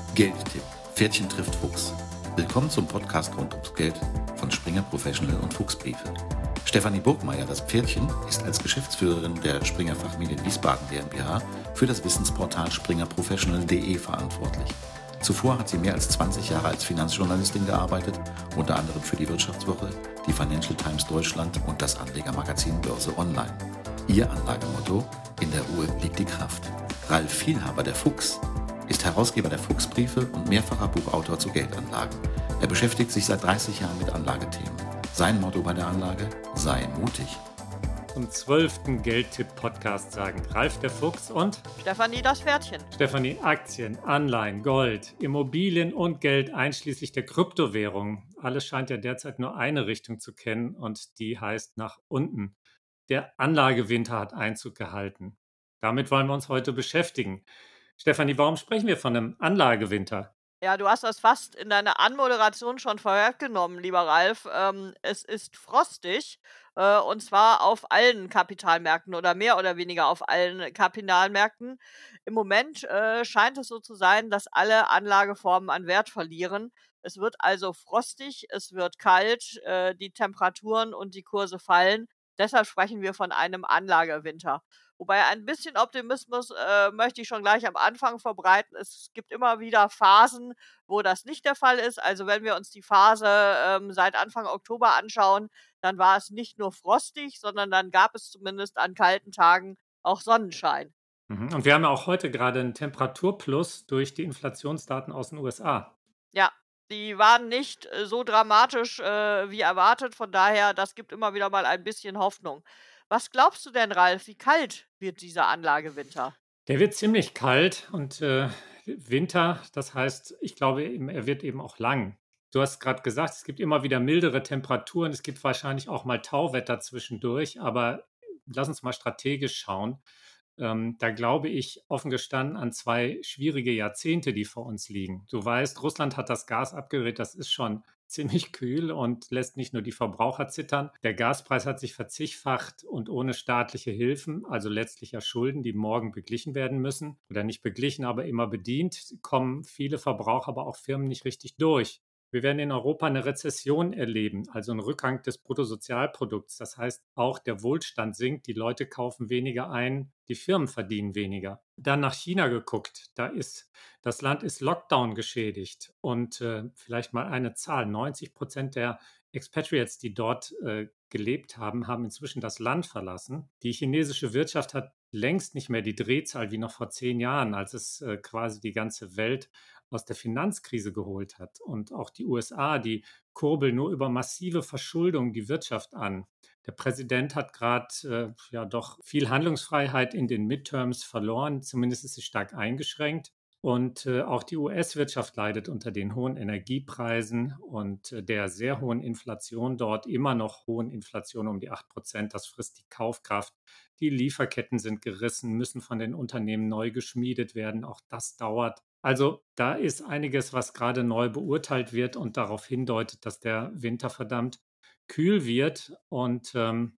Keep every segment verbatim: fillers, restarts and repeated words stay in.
Geldtipp: Pferdchen trifft Fuchs. Willkommen zum Podcast rund ums Geld von Springer Professional und Fuchsbriefe. Stefanie Burgmeier, das Pferdchen, ist als Geschäftsführerin der Springer Fachmedien Wiesbaden GmbH für das Wissensportal springer professional punkt de verantwortlich. Zuvor hat sie mehr als zwanzig Jahre als Finanzjournalistin gearbeitet, unter anderem für die Wirtschaftswoche, die Financial Times Deutschland und das Anlegermagazin Börse Online. Ihr Anlagemotto: In der Uhr liegt die Kraft. Ralf Vielhaber, der Fuchs, ist Herausgeber der Fuchsbriefe und mehrfacher Buchautor zu Geldanlagen. Er beschäftigt sich seit dreißig Jahren mit Anlagethemen. Sein Motto bei der Anlage: Sei mutig. Zum zwölften Geldtipp-Podcast sagen Ralf der Fuchs und Stefanie das Pferdchen. Stefanie, Aktien, Anleihen, Gold, Immobilien und Geld einschließlich der Kryptowährung. Alles scheint ja derzeit nur eine Richtung zu kennen und die heißt nach unten. Der Anlagewinter hat Einzug gehalten. Damit wollen wir uns heute beschäftigen. Stefanie, warum sprechen wir von einem Anlagewinter? Ja, du hast das fast in deiner Anmoderation schon vorweggenommen, lieber Ralf. Ähm, es ist frostig, äh, und zwar auf allen Kapitalmärkten oder mehr oder weniger auf allen Kapitalmärkten. Im Moment äh, scheint es so zu sein, dass alle Anlageformen an Wert verlieren. Es wird also frostig, es wird kalt, äh, die Temperaturen und die Kurse fallen. Deshalb sprechen wir von einem Anlagewinter. Wobei ein bisschen Optimismus äh, möchte ich schon gleich am Anfang verbreiten. Es gibt immer wieder Phasen, wo das nicht der Fall ist. Also wenn wir uns die Phase ähm, seit Anfang Oktober anschauen, dann war es nicht nur frostig, sondern dann gab es zumindest an kalten Tagen auch Sonnenschein. Mhm. Und wir haben ja auch heute gerade einen Temperaturplus durch die Inflationsdaten aus den U S A. Ja, die waren nicht äh, so dramatisch äh, wie erwartet. Von daher, das gibt immer wieder mal ein bisschen Hoffnung. Was glaubst du denn, Ralf? Wie kalt wird dieser Anlagewinter? Der wird ziemlich kalt und äh, Winter, das heißt, ich glaube, eben, er wird eben auch lang. Du hast gerade gesagt, es gibt immer wieder mildere Temperaturen, es gibt wahrscheinlich auch mal Tauwetter zwischendurch, aber lass uns mal strategisch schauen. Ähm, da glaube ich offen gestanden an zwei schwierige Jahrzehnte, die vor uns liegen. Du weißt, Russland hat das Gas abgedreht, das ist schon ziemlich kühl und lässt nicht nur die Verbraucher zittern. Der Gaspreis hat sich verzigfacht und ohne staatliche Hilfen, also letztlich ja Schulden, die morgen beglichen werden müssen oder nicht beglichen, aber immer bedient, kommen viele Verbraucher, aber auch Firmen nicht richtig durch. Wir werden in Europa eine Rezession erleben, also einen Rückgang des Bruttosozialprodukts. Das heißt, auch der Wohlstand sinkt, die Leute kaufen weniger ein, die Firmen verdienen weniger. Dann nach China geguckt, da ist das Land ist Lockdown geschädigt und äh, vielleicht mal eine Zahl: neunzig Prozent der Expatriates, die dort äh, gelebt haben, haben inzwischen das Land verlassen. Die chinesische Wirtschaft hat längst nicht mehr die Drehzahl wie noch vor zehn Jahren, als es äh, quasi die ganze Welt aus der Finanzkrise geholt hat. Und auch die U S A, die kurbeln nur über massive Verschuldung die Wirtschaft an. Der Präsident hat gerade äh, ja doch viel Handlungsfreiheit in den Midterms verloren, zumindest ist sie stark eingeschränkt. Und äh, auch die U S-Wirtschaft leidet unter den hohen Energiepreisen und äh, der sehr hohen Inflation dort, immer noch hohen Inflation um die acht Prozent. Das frisst die Kaufkraft. Die Lieferketten sind gerissen, müssen von den Unternehmen neu geschmiedet werden. Auch das dauert. Also da ist einiges, was gerade neu beurteilt wird und darauf hindeutet, dass der Winter verdammt kühl wird. Und ähm,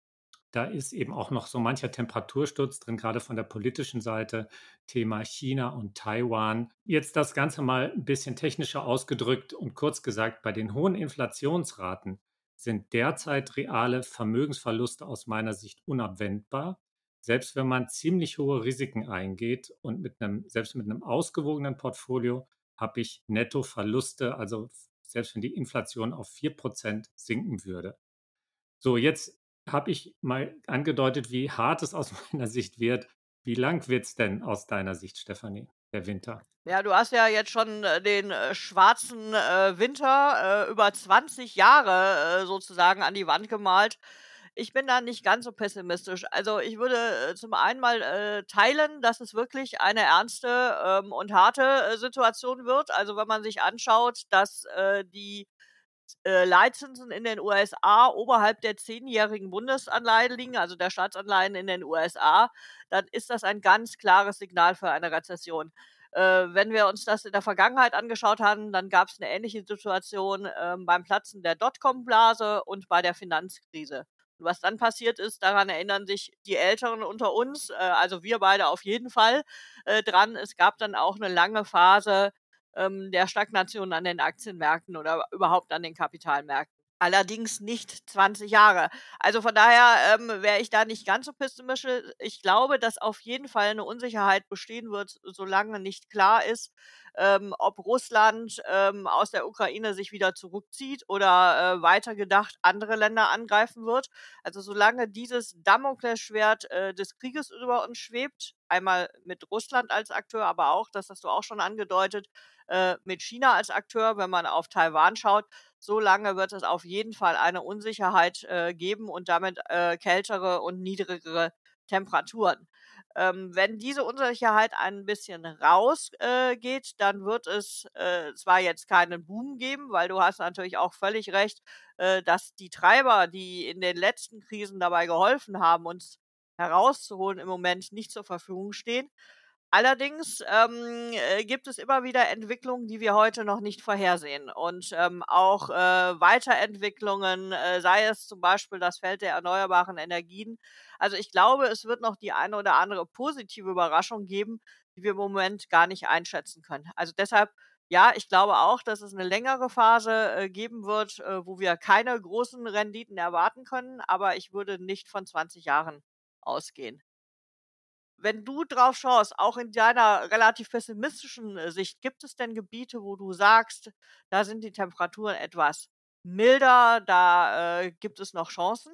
da ist eben auch noch so mancher Temperatursturz drin, gerade von der politischen Seite, Thema China und Taiwan. Jetzt das Ganze mal ein bisschen technischer ausgedrückt und kurz gesagt: Bei den hohen Inflationsraten sind derzeit reale Vermögensverluste aus meiner Sicht unabwendbar, selbst wenn man ziemlich hohe Risiken eingeht. Und mit einem, selbst mit einem ausgewogenen Portfolio habe ich Nettoverluste, also selbst wenn die Inflation auf vier Prozent sinken würde. So, jetzt habe ich mal angedeutet, wie hart es aus meiner Sicht wird. Wie lang wird es denn aus deiner Sicht, Stefanie, der Winter? Ja, du hast ja jetzt schon äh, den äh, schwarzen äh, Winter äh, über zwanzig Jahre äh, sozusagen an die Wand gemalt. Ich bin da nicht ganz so pessimistisch. Also ich würde äh, zum einen mal äh, teilen, dass es wirklich eine ernste ähm, und harte äh, Situation wird. Also wenn man sich anschaut, dass äh, die äh, Leitzinsen in den U S A oberhalb der zehnjährigen Bundesanleihen liegen, also der Staatsanleihen in den U S A, dann ist das ein ganz klares Signal für eine Rezession. Äh, wenn wir uns das in der Vergangenheit angeschaut haben, dann gab es eine ähnliche Situation ähm, beim Platzen der Dotcom-Blase und bei der Finanzkrise. Und was dann passiert ist, daran erinnern sich die Älteren unter uns, äh, also wir beide auf jeden Fall, äh, dran. Es gab dann auch eine lange Phase ähm, der Stagnation an den Aktienmärkten oder überhaupt an den Kapitalmärkten. Allerdings nicht zwanzig Jahre. Also von daher ähm, wäre ich da nicht ganz so pessimistisch. Ich glaube, dass auf jeden Fall eine Unsicherheit bestehen wird, solange nicht klar ist, ähm, ob Russland ähm, aus der Ukraine sich wieder zurückzieht oder äh, weiter gedacht andere Länder angreifen wird. Also solange dieses Damoklesschwert äh, des Krieges über uns schwebt, einmal mit Russland als Akteur, aber auch, das hast du auch schon angedeutet, äh, mit China als Akteur, wenn man auf Taiwan schaut, so lange wird es auf jeden Fall eine Unsicherheit äh, geben und damit äh, kältere und niedrigere Temperaturen. Ähm, wenn diese Unsicherheit ein bisschen rausgeht, äh, geht, dann wird es äh, zwar jetzt keinen Boom geben, weil du hast natürlich auch völlig recht, äh, dass die Treiber, die in den letzten Krisen dabei geholfen haben, uns herauszuholen, im Moment nicht zur Verfügung stehen. Allerdings ähm, äh, gibt es immer wieder Entwicklungen, die wir heute noch nicht vorhersehen und ähm, auch äh, Weiterentwicklungen, äh, sei es zum Beispiel das Feld der erneuerbaren Energien. Also ich glaube, es wird noch die eine oder andere positive Überraschung geben, die wir im Moment gar nicht einschätzen können. Also deshalb, ja, ich glaube auch, dass es eine längere Phase äh, geben wird, äh, wo wir keine großen Renditen erwarten können, aber ich würde nicht von zwanzig Jahren ausgehen. Wenn du drauf schaust, auch in deiner relativ pessimistischen, äh, Sicht, gibt es denn Gebiete, wo du sagst, da sind die Temperaturen etwas milder, da, äh, gibt es noch Chancen?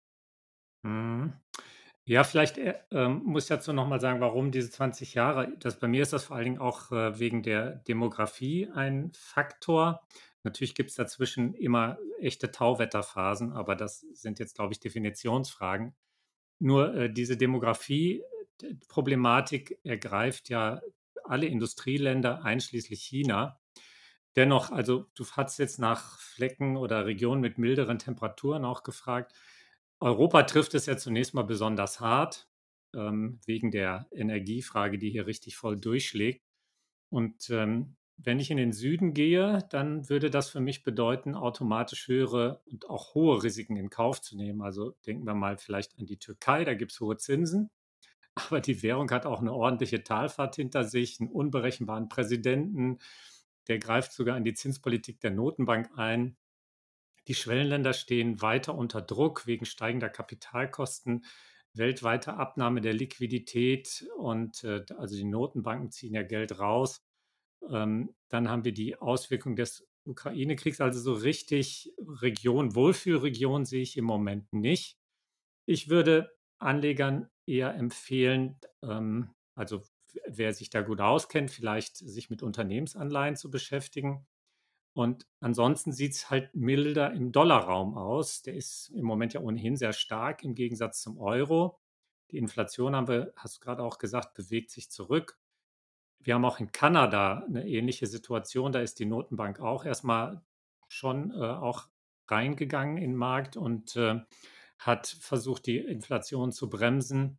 Mhm. Ja, vielleicht, äh, ähm, muss ich dazu noch mal sagen, warum diese zwanzig Jahre. Das bei mir ist das vor allen Dingen auch, äh, wegen der Demografie ein Faktor. Natürlich gibt es dazwischen immer echte Tauwetterphasen, aber das sind jetzt, glaube ich, Definitionsfragen. Nur, äh, diese Demografie äh, Problematik ergreift ja alle Industrieländer einschließlich China. Dennoch, also, du hast jetzt nach Flecken oder Regionen mit milderen Temperaturen auch gefragt. Europa trifft es ja zunächst mal besonders hart, ähm, wegen der Energiefrage, die hier richtig voll durchschlägt. Und, ähm, wenn ich in den Süden gehe, dann würde das für mich bedeuten, automatisch höhere und auch hohe Risiken in Kauf zu nehmen. Also, denken wir mal vielleicht an die Türkei, da gibt es hohe Zinsen, aber die Währung hat auch eine ordentliche Talfahrt hinter sich, einen unberechenbaren Präsidenten, der greift sogar in die Zinspolitik der Notenbank ein. Die Schwellenländer stehen weiter unter Druck wegen steigender Kapitalkosten, weltweiter Abnahme der Liquidität und äh, also die Notenbanken ziehen ja Geld raus. Ähm, dann haben wir die Auswirkungen des Ukraine-Kriegs, also so richtig Region, Wohlfühlregion sehe ich im Moment nicht. Ich würde Anlegern eher empfehlen, ähm, also wer sich da gut auskennt, vielleicht sich mit Unternehmensanleihen zu beschäftigen. Und ansonsten sieht es halt milder im Dollarraum aus. Der ist im Moment ja ohnehin sehr stark im Gegensatz zum Euro. Die Inflation haben wir, hast du gerade auch gesagt, bewegt sich zurück. Wir haben auch in Kanada eine ähnliche Situation. Da ist die Notenbank auch erstmal schon äh, auch reingegangen in den Markt und äh, hat versucht, die Inflation zu bremsen.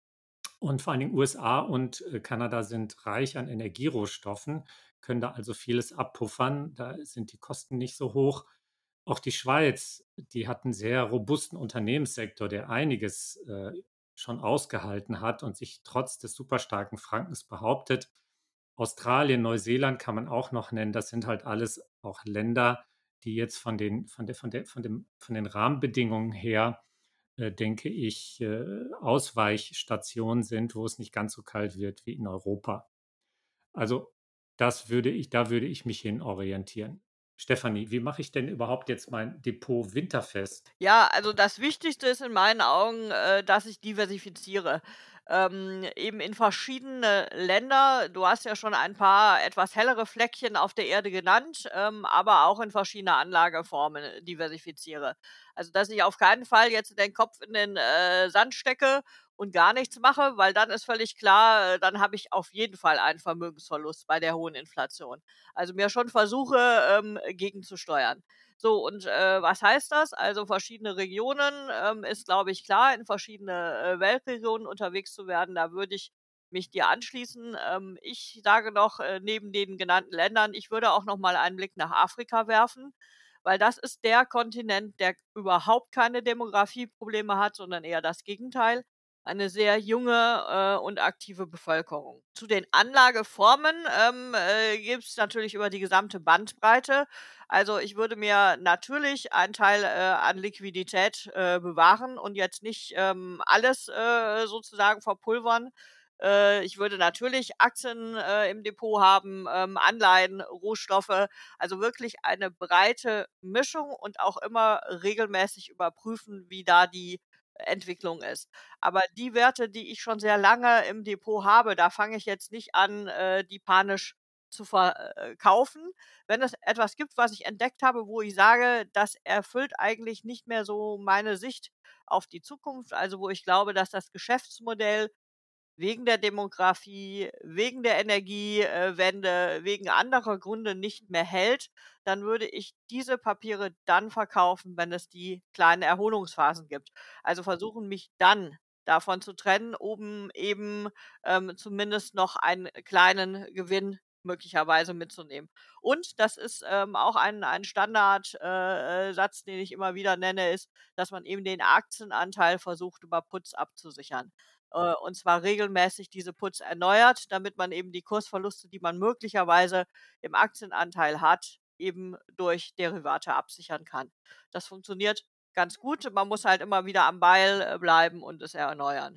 Und vor allen Dingen U S A und äh, Kanada sind reich an Energierohstoffen, können da also vieles abpuffern. Da sind die Kosten nicht so hoch. Auch die Schweiz, die hat einen sehr robusten Unternehmenssektor, der einiges äh, schon ausgehalten hat und sich trotz des super starken Frankens behauptet. Australien, Neuseeland kann man auch noch nennen. Das sind halt alles auch Länder, die jetzt von den, von der, von der, von dem, von den Rahmenbedingungen her äh, denke ich, äh, Ausweichstationen sind, wo es nicht ganz so kalt wird wie in Europa. Also das würde ich, da würde ich mich hin orientieren. Stefanie, wie mache ich denn überhaupt jetzt mein Depot winterfest? Ja, also das Wichtigste ist in meinen Augen, äh, dass ich diversifiziere. Ähm, eben in verschiedene Länder. Du hast ja schon ein paar etwas hellere Fleckchen auf der Erde genannt, ähm, aber auch in verschiedene Anlageformen äh, diversifiziere. Also dass ich auf keinen Fall jetzt den Kopf in den äh, Sand stecke und gar nichts mache, weil dann ist völlig klar, äh, dann habe ich auf jeden Fall einen Vermögensverlust bei der hohen Inflation. Also mir schon versuche, ähm, gegenzusteuern. So, und äh, was heißt das? Also verschiedene Regionen ähm, ist, glaube ich, klar, in verschiedene äh, Weltregionen unterwegs zu werden. Da würde ich mich dir anschließen. Ähm, ich sage noch, äh, neben den genannten Ländern, ich würde auch noch mal einen Blick nach Afrika werfen, weil das ist der Kontinent, der überhaupt keine Demografieprobleme hat, sondern eher das Gegenteil. eine sehr junge, äh, und aktive Bevölkerung. Zu den Anlageformen, ähm, äh, gibt's natürlich über die gesamte Bandbreite. Also, ich würde mir natürlich einen Teil, äh, an Liquidität, äh, bewahren und jetzt nicht, ähm, alles, äh, sozusagen verpulvern. Äh, ich würde natürlich Aktien, äh, im Depot haben, ähm, Anleihen, Rohstoffe, also wirklich eine breite Mischung und auch immer regelmäßig überprüfen, wie da die Entwicklung ist. Aber die Werte, die ich schon sehr lange im Depot habe, da fange ich jetzt nicht an, äh, die panisch zu verkaufen. Wenn es etwas gibt, was ich entdeckt habe, wo ich sage, das erfüllt eigentlich nicht mehr so meine Sicht auf die Zukunft, also wo ich glaube, dass das Geschäftsmodell wegen der Demografie, wegen der Energiewende, wegen anderer Gründe nicht mehr hält, dann würde ich diese Papiere dann verkaufen, wenn es die kleinen Erholungsphasen gibt. Also versuchen, mich dann davon zu trennen, um eben, ähm, zumindest noch einen kleinen Gewinn möglicherweise mitzunehmen. Und das ist, ähm, auch ein ein Standard äh, äh, Satz, den ich immer wieder nenne, ist, dass man eben den Aktienanteil versucht, über Puts abzusichern äh, und zwar regelmäßig diese Puts erneuert, damit man eben die Kursverluste, die man möglicherweise im Aktienanteil hat, eben durch Derivate absichern kann. Das funktioniert ganz gut. Man muss halt immer wieder am Ball äh, bleiben und es erneuern.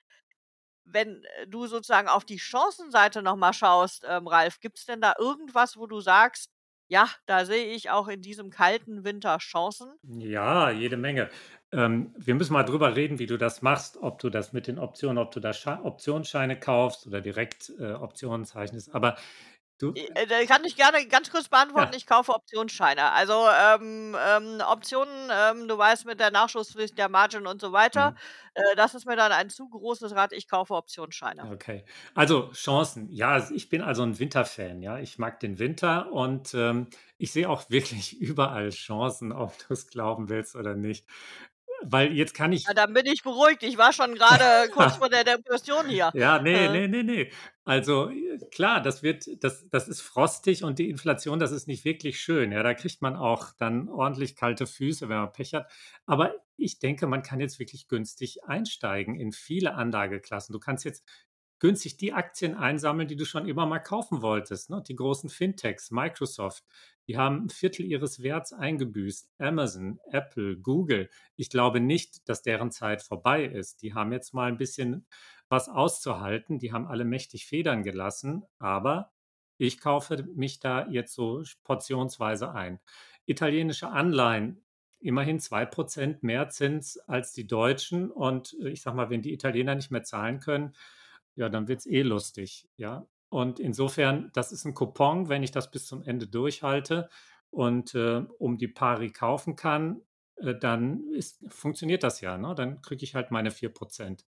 Wenn äh, du sozusagen auf die Chancenseite noch mal schaust, ähm, Ralf, gibt's denn da irgendwas, wo du sagst: „Ja, da sehe ich auch in diesem kalten Winter Chancen?“ Ja, jede Menge. Ähm, wir müssen mal drüber reden, wie du das machst, ob du das mit den Optionen ob du da Schei Optionsscheine kaufst oder direkt, äh, Optionen zeichnest. Aber du Äh, da kann ich gerne ganz kurz beantworten, ja, ich kaufe Optionsscheine. Also, ähm, ähm, Optionen, ähm, du weißt, mit der Nachschusspflicht, der Margin und so weiter, mhm. äh, das ist mir dann ein zu großes Rad. Ich kaufe Optionsscheine. Okay. Also, Chancen. Ja, also, ich bin also ein Winterfan, ja. Ich mag den Winter und, ähm, ich sehe auch wirklich überall Chancen, ob du es glauben willst oder nicht. Weil jetzt kann Na, ich dann bin ich beruhigt. Ich war schon grade kurz vor der Depression hier. Ja, ne, Äh. ne, ne, ne. Also, äh, klar, das wird das das ist frostig und die Inflation, das ist nicht wirklich schön. Ja, da kriegt man auch dann ordentlich kalte Füße, wenn man Pech hat. Aber ich denke, man kann jetzt wirklich günstig einsteigen in viele Anlageklassen. Du kannst jetzt günstig die Aktien einsammeln, die du schon immer mal kaufen wolltest, ne? Die großen Fintechs, Microsoft, die haben ein Viertel ihres Werts eingebüßt. Amazon, Apple, Google. Ich glaube nicht, dass deren Zeit vorbei ist. Die haben jetzt mal ein bisschen was auszuhalten. Die haben alle mächtig Federn gelassen, aber ich kaufe mich da jetzt so portionsweise ein. Italienische Anleihen, immerhin zwei Prozent mehr Zins als die Deutschen. Und äh, ich sage mal, wenn die Italiener nicht mehr zahlen können, ja, dann wird es eh lustig. Ja. Und insofern, das ist ein Coupon, wenn ich das bis zum Ende durchhalte und äh, um die Pari kaufen kann, äh, dann ist, funktioniert das ja. Ne? Dann kriege ich halt meine vier Prozent.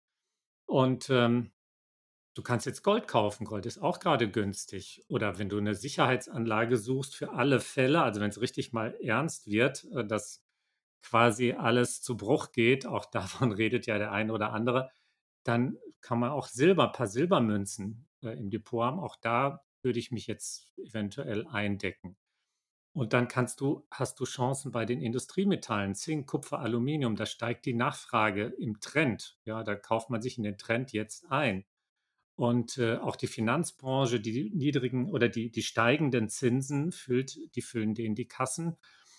Und ähm, du kannst jetzt Gold kaufen. Gold ist auch gerade günstig. Oder wenn du eine Sicherheitsanlage suchst für alle Fälle, also wenn es richtig mal ernst wird, äh, dass quasi alles zu Bruch geht, auch davon redet ja der eine oder andere, dann kann man auch Silber paar Silbermünzen, äh, im Depot haben. Auch da würde ich mich jetzt eventuell eindecken. Und dann kannst du hast du Chancen bei den Industriemetallen, Zink, Kupfer, Aluminium, da steigt die Nachfrage im Trend. Ja, da kauft man sich in den Trend jetzt ein. Und, äh, auch die Finanzbranche, die niedrigen oder die die steigenden Zinsen füllt die füllen denen die Kassen.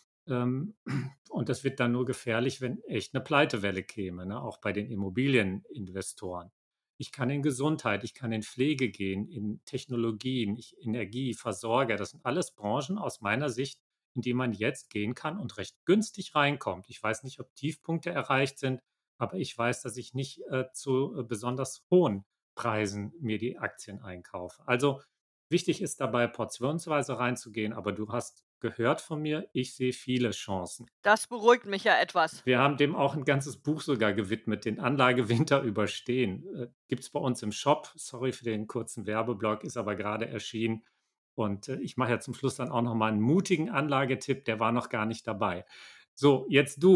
Ähm, und das wird dann nur gefährlich, wenn echt eine Pleitewelle käme, ne, auch bei den Immobilieninvestoren. Ich kann in Gesundheit, ich kann in Pflege gehen, in Technologien, ich Energie, Versorger. Das sind alles Branchen aus meiner Sicht, in die man jetzt gehen kann und recht günstig reinkommt. Ich weiß nicht, ob Tiefpunkte erreicht sind, aber ich weiß, dass ich nicht, äh, zu, äh, besonders hohen Preisen mir die Aktien einkaufe. Also, wichtig ist dabei, portionsweise reinzugehen, aber du hast gehört von mir, ich sehe viele Chancen. Das beruhigt mich ja etwas. Wir haben dem auch ein ganzes Buch sogar gewidmet, den Anlagewinter überstehen. Äh, Gibt es bei uns im Shop. Sorry für den kurzen Werbeblock, ist aber gerade erschienen. Und, äh, ich mache ja zum Schluss dann auch noch mal 'n mutigen Anlagetipp, der war noch gar nicht dabei. So, jetzt du.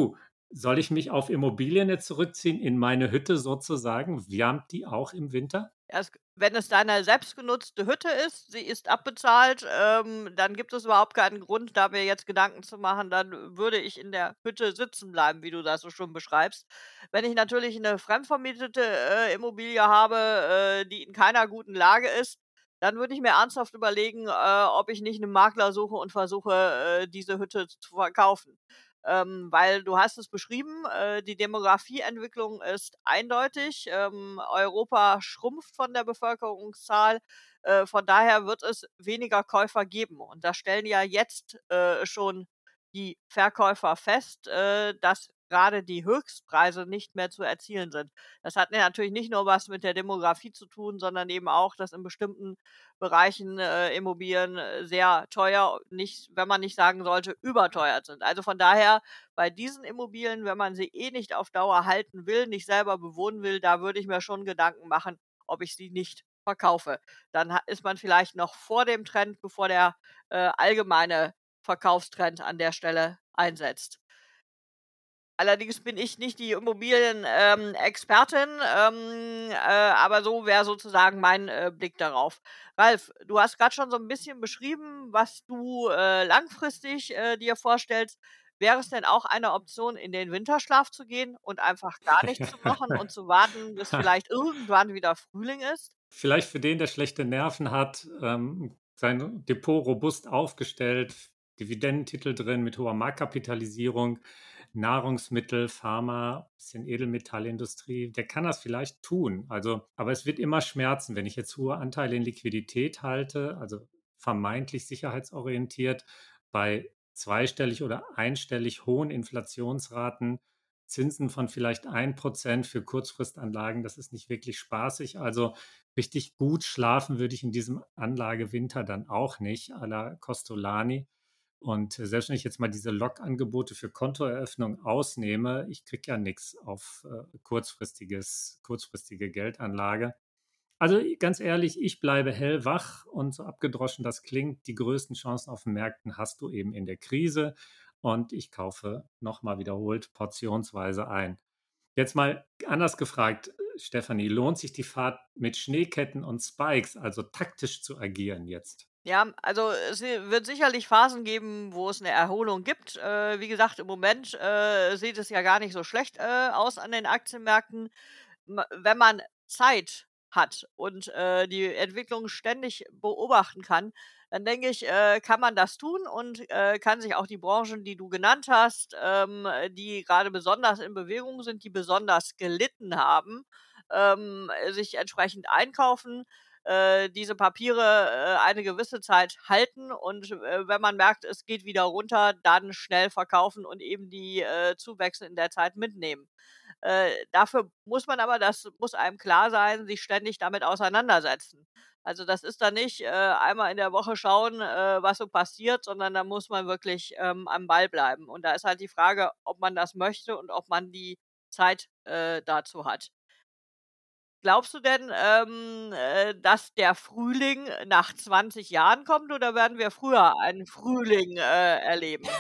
Soll ich mich auf Immobilien jetzt zurückziehen, in meine Hütte sozusagen? Wärmt die auch im Winter? Erst wenn es deine selbstgenutzte Hütte ist, sie ist abbezahlt, ähm, dann gibt es überhaupt keinen Grund, da mir jetzt Gedanken zu machen, dann würde ich in der Hütte sitzen bleiben, wie du das so schön beschreibst. Wenn ich natürlich eine fremdvermietete, äh, Immobilie habe, äh, die in keiner guten Lage ist, dann würde ich mir ernsthaft überlegen, äh, ob ich nicht einen Makler suche und versuche, äh, diese Hütte zu verkaufen. Ähm, weil du hast es beschrieben, äh, die Demografieentwicklung ist eindeutig. Ähm, Europa schrumpft von der Bevölkerungszahl. Äh, von daher wird es weniger Käufer geben. Und da stellen ja jetzt äh, schon die Verkäufer fest, äh, dass gerade die Höchstpreise nicht mehr zu erzielen sind. Das hat ja natürlich nicht nur was mit der Demografie zu tun, sondern eben auch, dass in bestimmten Bereichen äh, Immobilien äh, sehr teuer, nicht, wenn man nicht sagen sollte, überteuert sind. Also von daher bei diesen Immobilien, wenn man sie eh nicht auf Dauer halten will, nicht selber bewohnen will, da würde ich mir schon Gedanken machen, ob ich sie nicht verkaufe. Dann ha- ist man vielleicht noch vor dem Trend, bevor der äh, allgemeine Verkaufstrend an der Stelle einsetzt. Allerdings bin ich nicht die Immobilien ähm, Expertin, ähm, äh, aber so wäre sozusagen mein, äh, Blick darauf. Ralf, du hast gerade schon so ein bisschen beschrieben, was du, äh, langfristig, äh, dir vorstellst. Wäre es denn auch eine Option, in den Winterschlaf zu gehen und einfach gar nichts zu machen und zu warten, bis vielleicht irgendwann wieder Frühling ist? Vielleicht für den, der schlechte Nerven hat, ähm, sein Depot robust aufgestellt, Dividendentitel drin mit hoher Marktkapitalisierung, Nahrungsmittel, Pharma, bisschen Edelmetallindustrie, der kann das vielleicht tun. Also, aber es wird immer schmerzen, wenn ich jetzt hohe Anteile in Liquidität halte, also vermeintlich sicherheitsorientiert, bei zweistellig oder einstellig hohen Inflationsraten, Zinsen von vielleicht ein Prozent für Kurzfristanlagen, das ist nicht wirklich spaßig. Also richtig gut schlafen würde ich in diesem Anlagewinter dann auch nicht, à la Costolani. Und äh, selbst wenn ich jetzt mal diese Log-Angebote für Kontoeröffnung ausnehme, ich kriege ja nichts auf äh, kurzfristiges, kurzfristige Geldanlage. Also ganz ehrlich, ich bleibe hellwach und so abgedroschen das klingt, die größten Chancen auf den Märkten hast du eben in der Krise und ich kaufe nochmal wiederholt portionsweise ein. Jetzt mal anders gefragt, Stefanie, lohnt sich die Fahrt mit Schneeketten und Spikes, also taktisch zu agieren jetzt? Ja, also es wi wird sicherlich Phasen geben, wo es eine Erholung gibt. Äh, wie gesagt, im Moment, äh, sieht es ja gar nicht so schlecht, äh, aus an den Aktienmärkten. Ma Wenn man Zeit hat und, äh, die Entwicklung ständig beobachten kann, dann denke ich, äh, kann man das tun und, äh, kann sich auch die Branchen, die du genannt hast, ähm, die gerade besonders in Bewegung sind, die besonders gelitten haben, ähm, sich entsprechend einkaufen, äh, diese Papiere, äh, eine gewisse Zeit halten und, äh, wenn man merkt, es geht wieder runter, dann schnell verkaufen und eben die, äh, Zuwächse in der Zeit mitnehmen. Äh, dafür muss man aber, das muss einem klar sein, sich ständig damit auseinandersetzen. Also, das ist dann nicht, äh, einmal in der Woche schauen, äh, was so passiert, sondern da muss man wirklich, ähm, am Ball bleiben. Und da ist halt die Frage, ob man das möchte und ob man die Zeit, äh, dazu hat. Glaubst du denn, ähm, äh, dass der Frühling nach zwanzig Jahren kommt oder werden wir früher einen Frühling, äh, erleben?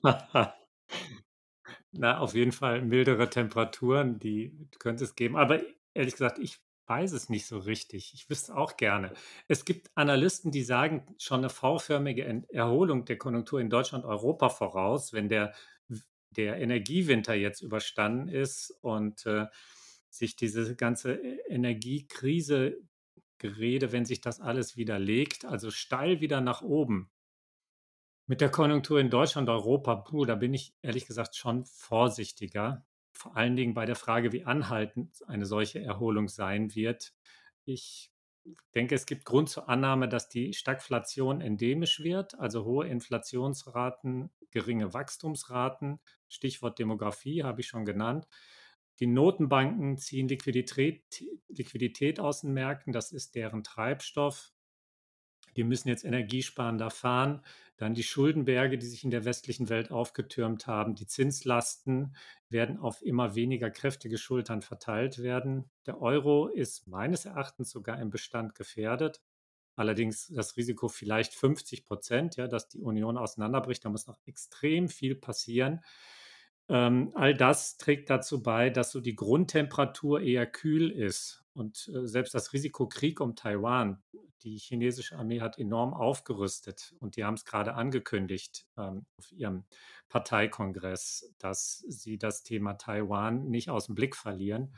Na, auf jeden Fall mildere Temperaturen, die könnte es geben. Aber ehrlich gesagt, ich weiß es nicht so richtig. Ich wüsste auch gerne. Es gibt Analysten, die sagen schon eine V-förmige Ent- Erholung der Konjunktur in Deutschland, Europa voraus, wenn der, der Energiewinter jetzt überstanden ist und äh, sich diese ganze E- Energiekrise Gerede, wenn sich das alles widerlegt, also steil wieder nach oben. Mit der Konjunktur in Deutschland, Europa, puh, da bin ich ehrlich gesagt schon vorsichtiger. Vor allen Dingen bei der Frage, wie anhaltend eine solche Erholung sein wird. Ich denke, es gibt Grund zur Annahme, dass die Stagflation endemisch wird, also hohe Inflationsraten, geringe Wachstumsraten. Stichwort Demografie habe ich schon genannt. Die Notenbanken ziehen Liquidität, Liquidität aus den Märkten, das ist deren Treibstoff. Die müssen jetzt energiesparender fahren. Dann die Schuldenberge, die sich in der westlichen Welt aufgetürmt haben. Die Zinslasten werden auf immer weniger kräftige Schultern verteilt werden. Der Euro ist meines Erachtens sogar im Bestand gefährdet. Allerdings das Risiko vielleicht fünfzig Prozent, ja, dass die Union auseinanderbricht. Da muss noch extrem viel passieren. Ähm, all das trägt dazu bei, dass so die Grundtemperatur eher kühl ist. Und äh, selbst das Risiko Krieg um Taiwan, die chinesische Armee hat enorm aufgerüstet und die haben es gerade angekündigt ähm, auf ihrem Parteikongress, dass sie das Thema Taiwan nicht aus dem Blick verlieren.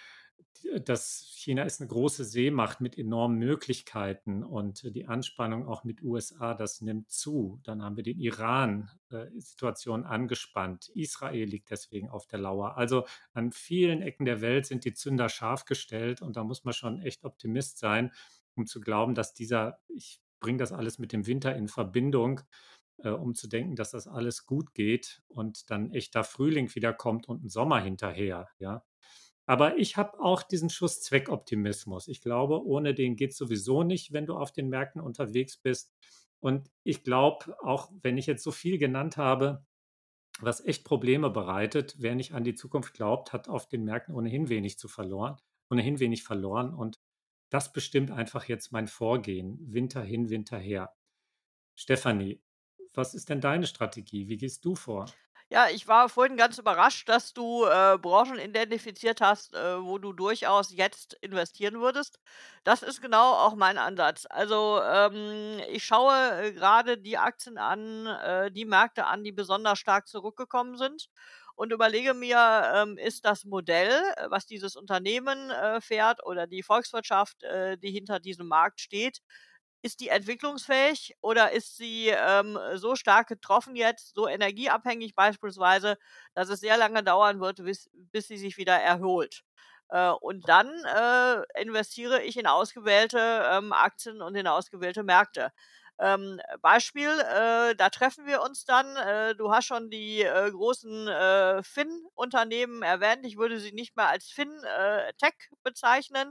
Das China ist eine große Seemacht mit enormen Möglichkeiten und die Anspannung auch mit U S A, das nimmt zu. Dann haben wir den Iran, äh, Situation angespannt. Israel liegt deswegen auf der Lauer. Also an vielen Ecken der Welt sind die Zünder scharf gestellt und da muss man schon echt Optimist sein, um zu glauben, dass dieser, ich bringe das alles mit dem Winter in Verbindung, äh, um zu denken, dass das alles gut geht und dann echter Frühling wieder kommt und ein Sommer hinterher, ja. Aber ich habe auch diesen Schuss Zweckoptimismus. Ich glaube, ohne den geht sowieso nicht, wenn du auf den Märkten unterwegs bist. Und ich glaube, auch wenn ich jetzt so viel genannt habe, was echt Probleme bereitet, wer nicht an die Zukunft glaubt, hat auf den Märkten ohnehin wenig zu verloren, ohnehin wenig verloren. Und das bestimmt einfach jetzt mein Vorgehen. Winter hin, Winter her. Stefanie, was ist denn deine Strategie? Wie gehst du vor? Ja, ich war vorhin ganz überrascht, dass du, äh, Branchen identifiziert hast, äh, wo du durchaus jetzt investieren würdest. Das ist genau auch mein Ansatz. Also, ähm, ich schaue, äh, grade die Aktien an, äh, die Märkte an, die besonders stark zurückgekommen sind und überlege mir, ähm, ist das Modell, äh, was dieses Unternehmen, äh, fährt oder die Volkswirtschaft, äh, die hinter diesem Markt steht, ist die entwicklungsfähig oder ist sie, ähm, so stark getroffen jetzt, so energieabhängig beispielsweise, dass es sehr lange dauern wird, bis bis sie sich wieder erholt? Äh, und dann, äh, investiere ich in ausgewählte, ähm, Aktien und in ausgewählte Märkte. Ähm, Beispiel, äh, da treffen wir uns dann. Äh, du hast schon die, äh, großen, äh, Fin-Unternehmen erwähnt. Ich würde sie nicht mehr als Fin äh, Tech bezeichnen.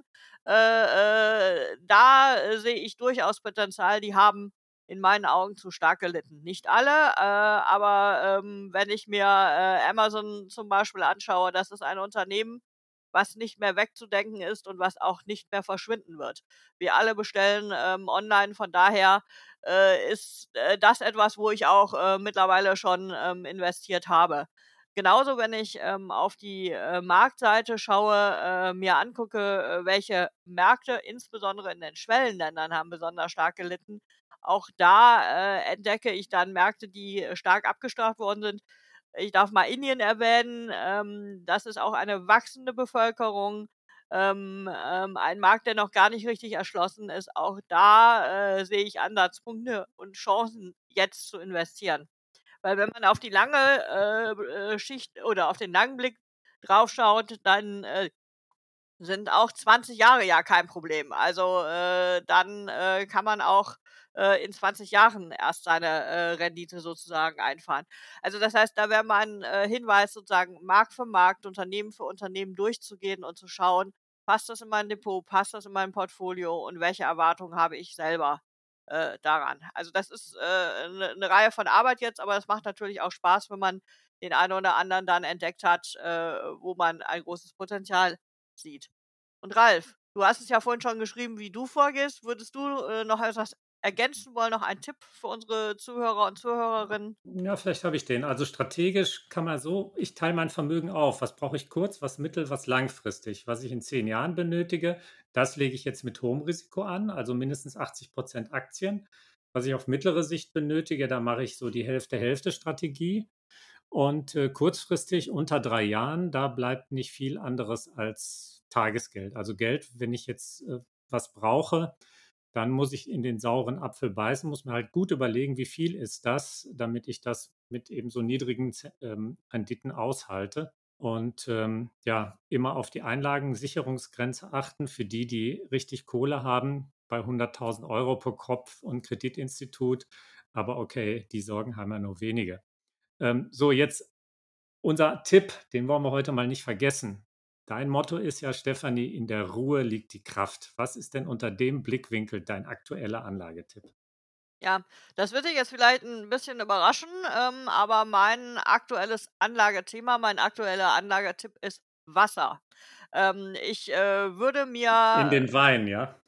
Äh, äh, da, äh, sehe ich durchaus Potenzial. Die haben in meinen Augen zu stark gelitten. Nicht alle, äh, aber, ähm, wenn ich mir, äh, Amazon zum Beispiel anschaue, das ist ein Unternehmen, was nicht mehr wegzudenken ist und was auch nicht mehr verschwinden wird. Wir alle bestellen, ähm, online, von daher, äh, ist, äh, das etwas, wo ich auch, äh, mittlerweile schon, ähm, investiert habe. Genauso, wenn ich, ähm, auf die, äh, Marktseite schaue, äh, mir angucke, äh, welche Märkte, insbesondere in den Schwellenländern, haben besonders stark gelitten. Auch da, äh, entdecke ich dann Märkte, die äh, stark abgestraft worden sind. Ich darf mal Indien erwähnen. Ähm, das ist auch eine wachsende Bevölkerung. Ähm, ähm, ein Markt, der noch gar nicht richtig erschlossen ist. Auch da, äh, sehe ich Ansatzpunkte und Chancen, jetzt zu investieren. Weil wenn man auf die lange, äh, äh, Schicht oder auf den langen Blick draufschaut, dann, äh, sind auch zwanzig Jahre ja kein Problem. Also, äh, dann, äh, kann man auch, äh, in zwanzig Jahren erst seine, äh, Rendite sozusagen einfahren. Also, das heißt, da wäre mein, äh, Hinweis sozusagen, Markt für Markt, Unternehmen für Unternehmen durchzugehen und zu schauen: „Passt das in mein Depot? Passt das in mein Portfolio und welche Erwartungen habe ich selber, äh, daran?“ Also, das ist, äh, 'ne 'ne Reihe von Arbeit jetzt, aber es macht natürlich auch Spaß, wenn man den einen oder anderen dann entdeckt hat, äh, wo man ein großes Potenzial sieht. Und Ralf, du hast es ja vorhin schon geschrieben, wie du vorgehst. Würdest du, äh, noch etwas ergänzen wollen, noch einen Tipp für unsere Zuhörer und Zuhörerinnen? Ja, vielleicht habe ich den. Also strategisch kann man so, ich teile mein Vermögen auf. Was brauche ich kurz, was mittel, was langfristig? Was ich in zehn Jahren benötige, das lege ich jetzt mit hohem Risiko an, also mindestens achtzig Prozent Aktien. Was ich auf mittlere Sicht benötige, da mache ich so die Hälfte-Hälfte-Strategie. Und äh, kurzfristig unter drei Jahren, da bleibt nicht viel anderes als Tagesgeld. Also Geld, wenn ich jetzt äh, was brauche, dann muss ich in den sauren Apfel beißen, muss mir halt gut überlegen, wie viel ist das, damit ich das mit eben so niedrigen Z- ähm, Renditen aushalte. Und ähm, ja, immer auf die Einlagensicherungsgrenze achten für die, die richtig Kohle haben, bei hunderttausend Euro pro Kopf und Kreditinstitut. Aber okay, die Sorgen haben ja nur wenige. Ähm, so, jetzt unser Tipp, den wollen wir heute mal nicht vergessen. Dein Motto ist ja, Stefanie, in der Ruhe liegt die Kraft. Was ist denn unter dem Blickwinkel dein aktueller Anlagetipp? Ja, das wird dich jetzt vielleicht ein bisschen überraschen, ähm, aber mein aktuelles Anlagethema, mein aktueller Anlagetipp ist Wasser. Ähm, ich, äh, würde In mir den Wein, ja?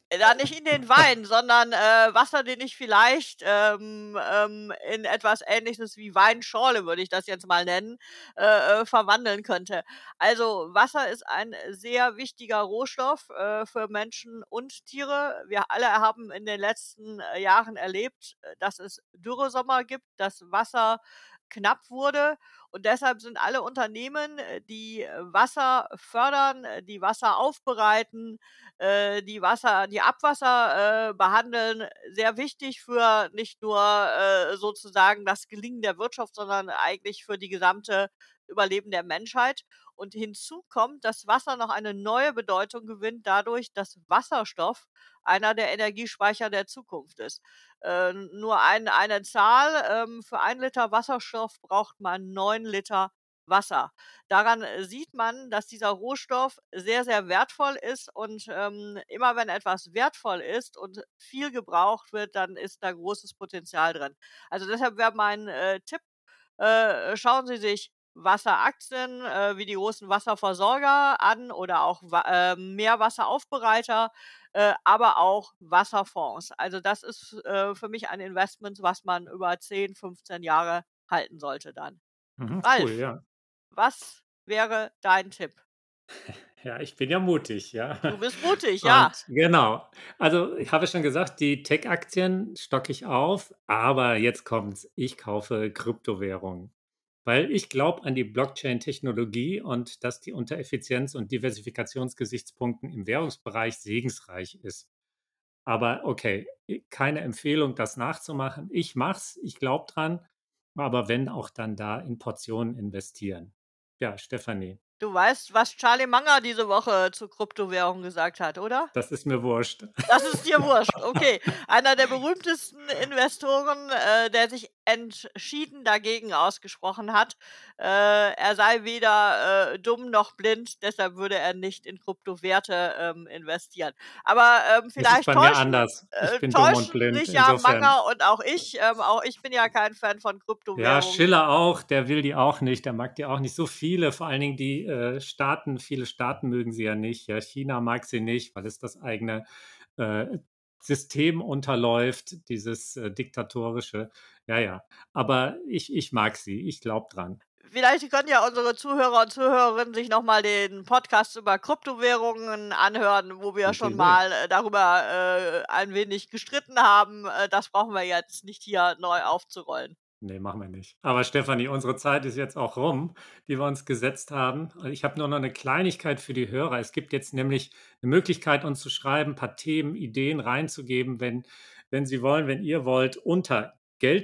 Ja, nicht in den Wein, sondern, äh, Wasser, den ich vielleicht, ähm, ähm, in etwas Ähnliches wie Weinschorle, würde ich das jetzt mal nennen, äh, äh, verwandeln könnte. Also, Wasser ist ein sehr wichtiger Rohstoff, äh, für Menschen und Tiere. Wir alle haben in den letzten, äh, Jahren erlebt, äh, dass es Dürresommer gibt, dass Wasser knapp wurde und deshalb sind alle Unternehmen, äh, die äh, Wasser fördern, äh, die Wasser aufbereiten, äh, die Wasser die Abwasser, äh, behandeln, sehr wichtig für nicht nur, äh, sozusagen das Gelingen der Wirtschaft, sondern eigentlich für die gesamte Überleben der Menschheit. Und hinzu kommt, dass Wasser noch eine neue Bedeutung gewinnt dadurch, dass Wasserstoff einer der Energiespeicher der Zukunft ist. Äh, nur ein eine Zahl, ähm, für ein Liter Wasserstoff braucht man neun Liter Wasser. Daran, äh, sieht man, dass dieser Rohstoff sehr, sehr wertvoll ist und, ähm, immer wenn etwas wertvoll ist und viel gebraucht wird, dann ist da großes Potenzial drin. Also, deshalb wäre mein, äh, Tipp, äh, schauen Sie sich Wasseraktien, äh, wie die großen Wasserversorger an oder auch Wa äh, Meerwasseraufbereiter, äh, aber auch Wasserfonds. Also, das ist, äh, für mich ein Investment, was man über zehn, fünfzehn Jahre halten sollte dann. Mhm, cool, Ralf, ja. was wäre dein Tipp? Ja, ich bin ja mutig, ja. Du bist mutig, ja. Und genau. Also, ich habe schon gesagt, die Tech-Aktien stocke ich auf, aber jetzt kommt's. Ich kaufe Kryptowährungen, weil ich glaube an die Blockchain-Technologie und dass die unter Effizienz- und Diversifikationsgesichtspunkten im Währungsbereich segensreich ist. Aber okay, keine Empfehlung, das nachzumachen. Ich mache es, ich glaube dran, aber wenn auch dann da in Portionen investieren. Ja, Stefanie, Du weißt, was Charlie Munger diese Woche zu Kryptowährungen gesagt hat, oder? das ist mir wurscht. Das ist dir wurscht, okay. Einer der berühmtesten Investoren, äh, der sich entschieden dagegen ausgesprochen hat. Äh, er sei weder, äh, dumm noch blind, deshalb würde er nicht in Kryptowerte, ähm, investieren. Aber, ähm, Das ist vielleicht bei mir täuschen anders. Ich äh, bin dumm und täuschen blind, sich ja insofern. Munger und auch ich. Ähm, auch ich bin ja kein Fan von Ja, Kryptowährungen. Schiller auch, der will die auch nicht, der mag die auch nicht. So viele, vor allen Dingen die äh, Staaten, viele Staaten mögen sie ja nicht. Ja, China mag sie nicht, weil es das eigene äh, System unterläuft, dieses äh, diktatorische. Ja, ja. Aber ich, ich mag sie, ich glaube dran. Vielleicht können ja unsere Zuhörer und Zuhörerinnen sich noch mal den Podcast über Kryptowährungen anhören, wo wir Gute schon Idee. mal, äh, darüber, äh, ein wenig gestritten haben. Äh, das brauchen wir jetzt nicht hier neu aufzurollen. Nee, machen wir nicht. Aber Stefanie, unsere Zeit ist jetzt auch rum, die wir uns gesetzt haben. Und ich habe nur noch eine Kleinigkeit für die Hörer. Es gibt jetzt nämlich eine Möglichkeit, uns zu schreiben, ein paar Themen, Ideen reinzugeben, wenn, wenn Sie wollen, wenn ihr wollt, unter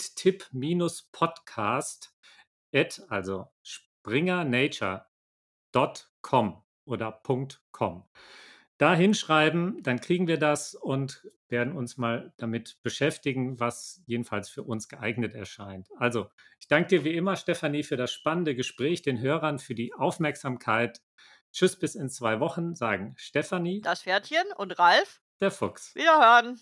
Geldtipp-Podcast, at, also springernature Punkt com oder .com. Da hinschreiben, dann kriegen wir das und werden uns mal damit beschäftigen, was jedenfalls für uns geeignet erscheint. Also, ich danke dir wie immer, Stefanie, für das spannende Gespräch, den Hörern für die Aufmerksamkeit. Tschüss, bis in zwei Wochen, sagen Stefanie, Das Pferdchen und Ralf. der Fuchs. Wiederhören.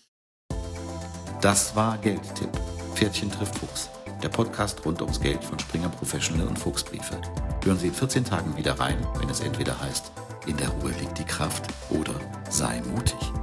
Das war Geldtipp. Pferdchen trifft Fuchs. Der Podcast rund ums Geld von Springer Professional und Fuchsbriefe. Hören Sie in vierzehn Tagen wieder rein, wenn es entweder heißt, in der Ruhe liegt die Kraft oder sei mutig.